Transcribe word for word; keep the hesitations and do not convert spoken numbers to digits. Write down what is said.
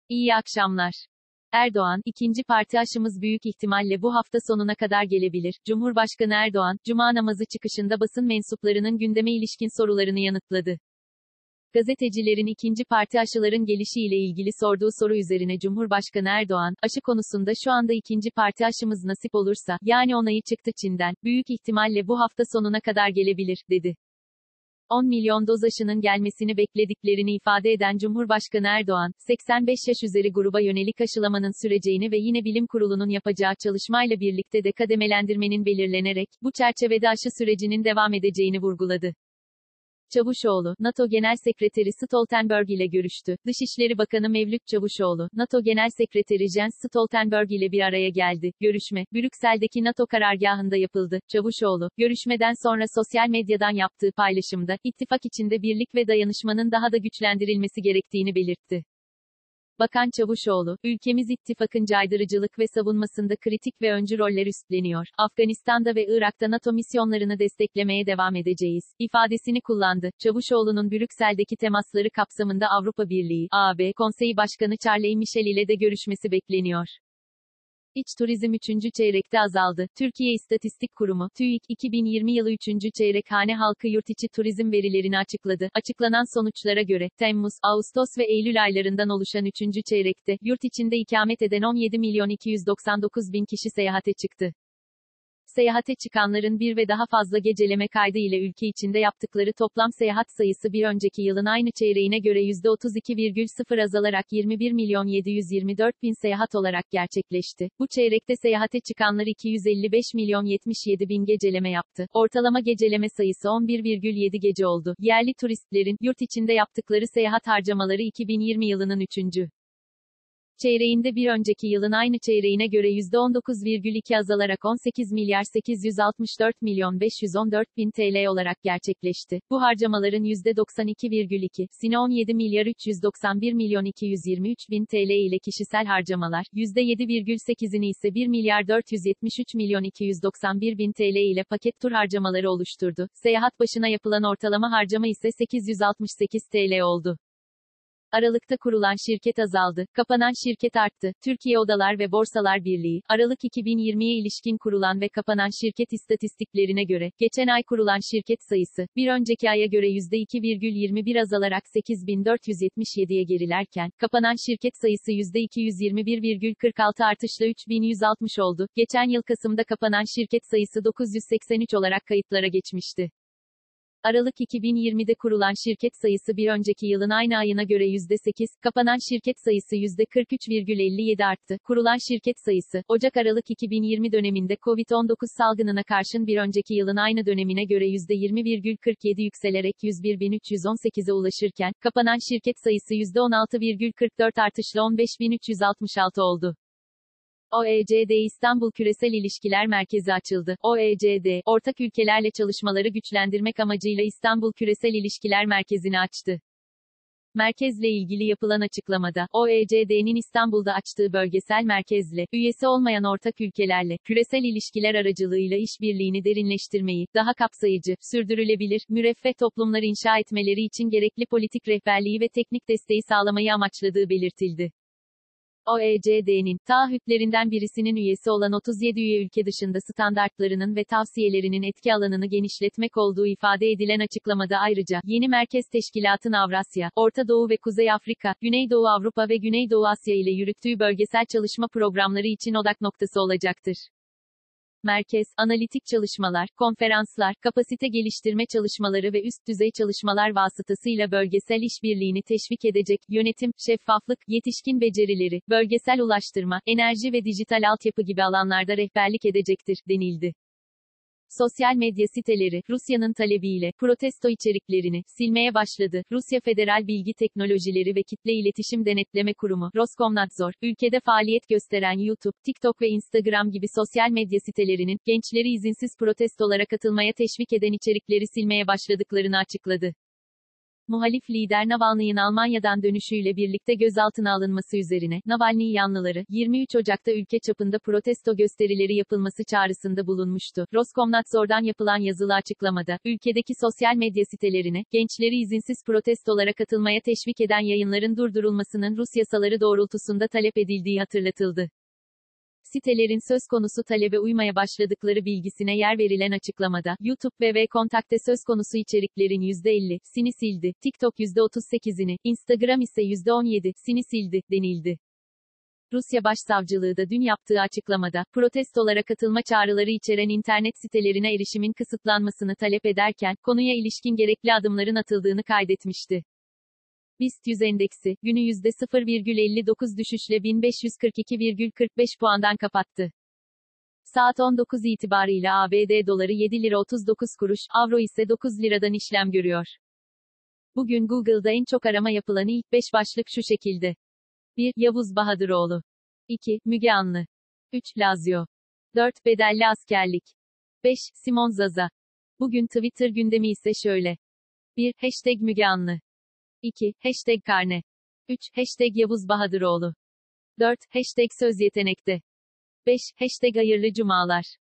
İyi akşamlar. Erdoğan, ikinci parti aşımız büyük ihtimalle bu hafta sonuna kadar gelebilir. Cumhurbaşkanı Erdoğan, Cuma namazı çıkışında basın mensuplarının gündeme ilişkin sorularını yanıtladı. Gazetecilerin ikinci parti aşıların gelişiyle ilgili sorduğu soru üzerine Cumhurbaşkanı Erdoğan, aşı konusunda şu anda ikinci parti aşımız nasip olursa, yani onayı çıktı Çin'den, büyük ihtimalle bu hafta sonuna kadar gelebilir, dedi. on milyon doz aşının gelmesini beklediklerini ifade eden Cumhurbaşkanı Erdoğan, seksen beş yaş üzeri gruba yönelik aşılamanın süreceğini ve yine bilim kurulunun yapacağı çalışmayla birlikte de kademelendirmenin belirlenerek, bu çerçevede aşı sürecinin devam edeceğini vurguladı. Çavuşoğlu, NATO Genel Sekreteri Stoltenberg ile görüştü. Dışişleri Bakanı Mevlüt Çavuşoğlu, NATO Genel Sekreteri Jens Stoltenberg ile bir araya geldi. Görüşme, Brüksel'deki NATO karargahında yapıldı. Çavuşoğlu, görüşmeden sonra sosyal medyadan yaptığı paylaşımda, ittifak içinde birlik ve dayanışmanın daha da güçlendirilmesi gerektiğini belirtti. Bakan Çavuşoğlu, ülkemiz ittifakın caydırıcılık ve savunmasında kritik ve öncü roller üstleniyor. Afganistan'da ve Irak'ta NATO misyonlarını desteklemeye devam edeceğiz, ifadesini kullandı. Çavuşoğlu'nun Brüksel'deki temasları kapsamında Avrupa Birliği, A B Konseyi Başkanı Charles Michel ile de görüşmesi bekleniyor. İç turizm üçüncü çeyrekte azaldı. Türkiye İstatistik Kurumu, TÜİK, iki bin yirmi yılı üçüncü çeyrek hane halkı yurtiçi turizm verilerini açıkladı. Açıklanan sonuçlara göre, Temmuz, Ağustos ve Eylül aylarından oluşan üçüncü çeyrekte, yurt içinde ikamet eden on yedi milyon iki yüz doksan dokuz bin kişi seyahate çıktı. Seyahate çıkanların bir ve daha fazla geceleme kaydı ile ülke içinde yaptıkları toplam seyahat sayısı bir önceki yılın aynı çeyreğine göre yüzde otuz iki virgül sıfır azalarak yirmi bir milyon yedi yüz yirmi dört bin seyahat olarak gerçekleşti. Bu çeyrekte seyahate çıkanlar iki yüz elli beş milyon yetmiş yedi bin geceleme yaptı. Ortalama geceleme sayısı on bir virgül yedi gece oldu. Yerli turistlerin, yurt içinde yaptıkları seyahat harcamaları iki bin yirmi yılının üçüncü çeyreğinde bir önceki yılın aynı çeyreğine göre yüzde on dokuz virgül iki azalarak on sekiz milyar sekiz yüz altmış dört milyon beş yüz on dört bin T L olarak gerçekleşti. Bu harcamaların yüzde doksan iki virgül ikisini on yedi milyar üç yüz doksan bir milyon iki yüz yirmi üç bin T L ile kişisel harcamalar, yüzde yedi virgül sekizini ise bir milyar dört yüz yetmiş üç milyon iki yüz doksan bir bin T L ile paket tur harcamaları oluşturdu. Seyahat başına yapılan ortalama harcama ise sekiz yüz altmış sekiz T L oldu. Aralıkta kurulan şirket azaldı, kapanan şirket arttı. Türkiye Odalar ve Borsalar Birliği, Aralık iki bin yirmiye ilişkin kurulan ve kapanan şirket istatistiklerine göre, geçen ay kurulan şirket sayısı, bir önceki aya göre yüzde iki virgül yirmi bir azalarak sekiz bin dört yüz yetmiş yediye gerilerken, kapanan şirket sayısı yüzde iki yüz yirmi bir virgül kırk altı artışla üç bin yüz altmış oldu. Geçen yıl Kasım'da kapanan şirket sayısı dokuz yüz seksen üç olarak kayıtlara geçmişti. Aralık iki bin yirmide kurulan şirket sayısı bir önceki yılın aynı ayına göre yüzde sekiz, kapanan şirket sayısı yüzde kırk üç virgül elli yedi arttı. Kurulan şirket sayısı, Ocak-Aralık iki bin yirmi döneminde Covid on dokuz salgınına karşın bir önceki yılın aynı dönemine göre yüzde yirmi virgül kırk yedi yükselerek yüz bir bin üç yüz on sekize ulaşırken, kapanan şirket sayısı yüzde on altı virgül kırk dört artışla on beş bin üç yüz altmış altı oldu. O E C D İstanbul Küresel İlişkiler Merkezi açıldı. O E C D, ortak ülkelerle çalışmaları güçlendirmek amacıyla İstanbul Küresel İlişkiler Merkezi'ni açtı. Merkezle ilgili yapılan açıklamada, O E C D'nin İstanbul'da açtığı bölgesel merkezle, üyesi olmayan ortak ülkelerle, küresel ilişkiler aracılığıyla işbirliğini derinleştirmeyi, daha kapsayıcı, sürdürülebilir, müreffeh toplumlar inşa etmeleri için gerekli politik rehberliği ve teknik desteği sağlamayı amaçladığı belirtildi. O E C D'nin, taahhütlerinden birisinin üyesi olan otuz yedi üye ülke dışında standartlarının ve tavsiyelerinin etki alanını genişletmek olduğu ifade edilen açıklamada ayrıca, yeni merkez teşkilatın Avrasya, Orta Doğu ve Kuzey Afrika, Güneydoğu Avrupa ve Güneydoğu Asya ile yürüttüğü bölgesel çalışma programları için odak noktası olacaktır. Merkez, analitik çalışmalar, konferanslar, kapasite geliştirme çalışmaları ve üst düzey çalışmalar vasıtasıyla bölgesel işbirliğini teşvik edecek, yönetim, şeffaflık, yetişkin becerileri, bölgesel ulaştırma, enerji ve dijital altyapı gibi alanlarda rehberlik edecektir, denildi. Sosyal medya siteleri, Rusya'nın talebiyle, protesto içeriklerini, silmeye başladı. Rusya Federal Bilgi Teknolojileri ve Kitle İletişim Denetleme Kurumu, Roskomnadzor, ülkede faaliyet gösteren YouTube, TikTok ve Instagram gibi sosyal medya sitelerinin, gençleri izinsiz protestolara katılmaya teşvik eden içerikleri silmeye başladıklarını açıkladı. Muhalif lider Navalny'in Almanya'dan dönüşüyle birlikte gözaltına alınması üzerine, Navalny yanlıları, yirmi üç Ocak'ta ülke çapında protesto gösterileri yapılması çağrısında bulunmuştu. Roskomnadzor'dan yapılan yazılı açıklamada, ülkedeki sosyal medya sitelerine, gençleri izinsiz protestolara katılmaya teşvik eden yayınların durdurulmasının Rus yasaları doğrultusunda talep edildiği hatırlatıldı. Sitelerin söz konusu talebe uymaya başladıkları bilgisine yer verilen açıklamada, YouTube ve V-Kontakte söz konusu içeriklerin yüzde ellisini sildi, TikTok yüzde otuz sekizini, Instagram ise yüzde on yedisini sildi, denildi. Rusya Başsavcılığı da dün yaptığı açıklamada, protestolara katılma çağrıları içeren internet sitelerine erişimin kısıtlanmasını talep ederken, konuya ilişkin gerekli adımların atıldığını kaydetmişti. BIST yüz endeksi, günü yüzde sıfır virgül elli dokuz düşüşle bin beş yüz kırk iki virgül kırk beş puandan kapattı. Saat on dokuz itibarıyla A B D doları yedi lira otuz dokuz kuruş, avro ise dokuz liradan işlem görüyor. Bugün Google'da en çok arama yapılan ilk beş başlık şu şekilde. bir Yavuz Bahadıroğlu. iki Müge Anlı. üç Lazio. dört Bedelli askerlik. beş Simon Zaza. Bugün Twitter gündemi ise şöyle. bir Hashtag Müge Anlı. iki Hashtag Karne. üç Hashtag Yavuz Bahadıroğlu. dört Hashtag Söz Yetenekte. beş Hashtag Hayırlı Cumalar.